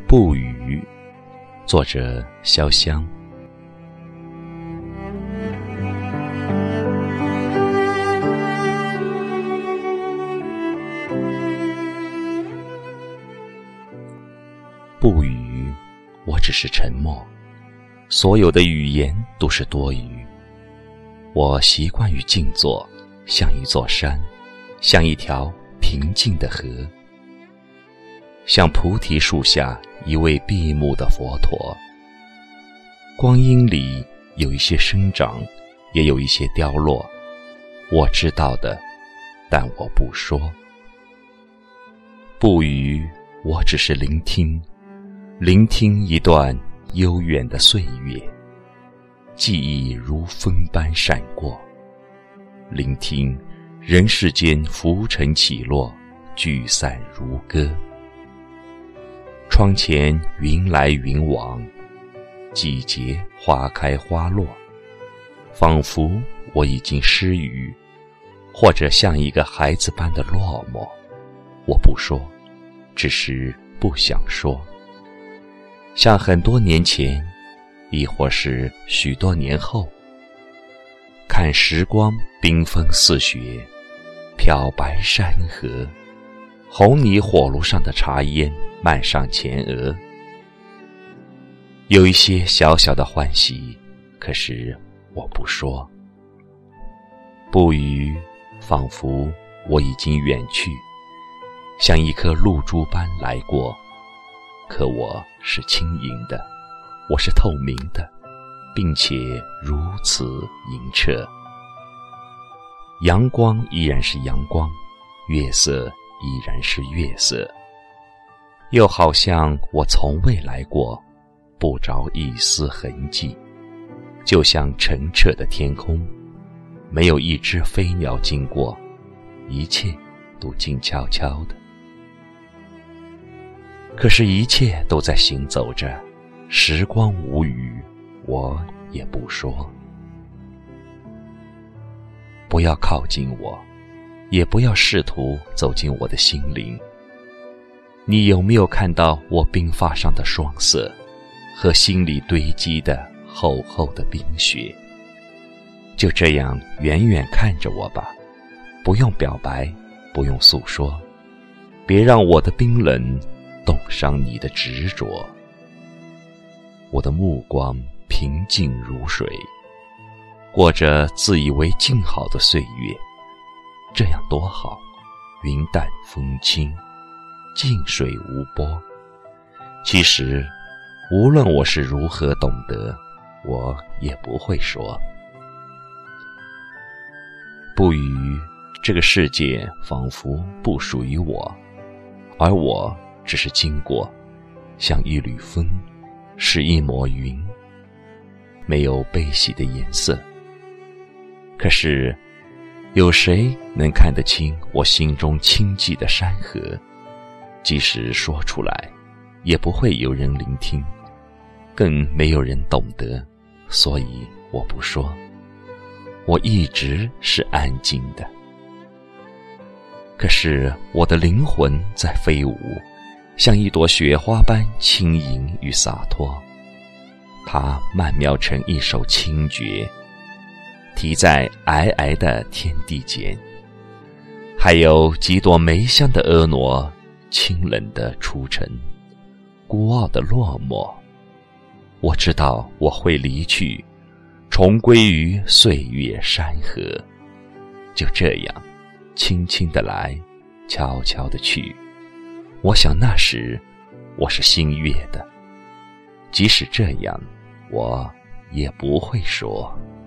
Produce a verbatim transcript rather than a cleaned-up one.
不语，作者潇湘。不语，我只是沉默，所有的语言都是多余。我习惯于静坐，像一座山，像一条平静的河，像菩提树下一位闭目的佛陀。光阴里有一些生长，也有一些凋落，我知道的，但我不说。不语，我只是聆听，聆听一段悠远的岁月，记忆如风般闪过，聆听人世间浮沉起落，聚散如歌。窗前云来云往，季节花开花落，仿佛我已经失语，或者像一个孩子般的落寞。我不说，只是不想说。像很多年前，亦或是许多年后，看时光缤纷似雪，漂白山河，红泥火炉上的茶烟漫上前额。有一些小小的欢喜，可是我不说。不语，仿佛我已经远去，像一颗露珠般来过，可我是轻盈的，我是透明的，并且如此莹澈。阳光依然是阳光，月色依然是月色，又好像我从未来过，不着一丝痕迹，就像澄澈的天空，没有一只飞鸟经过，一切都静悄悄的。可是一切都在行走着，时光无语，我也不说。不要靠近我，也不要试图走进我的心灵。你有没有看到我鬓发上的霜色，和心里堆积的厚厚的冰雪？就这样远远看着我吧，不用表白，不用诉说，别让我的冰冷冻伤你的执着。我的目光平静如水，过着自以为静好的岁月，这样多好，云淡风轻，静水无波。其实无论我是如何懂得，我也不会说。不语，这个世界仿佛不属于我，而我只是经过，像一缕风，是一抹云，没有悲喜的颜色。可是有谁能看得清我心中清寂的山河？即使说出来，也不会有人聆听，更没有人懂得，所以我不说。我一直是安静的，可是我的灵魂在飞舞，像一朵雪花般轻盈与洒脱。它曼妙成一首清绝，题在皑皑的天地间。还有几朵梅香的婀娜，清冷的出尘，孤傲的落寞。我知道我会离去，重归于岁月山河。就这样，轻轻地来，悄悄地去。我想那时我是心悦的，即使这样，我也不会说。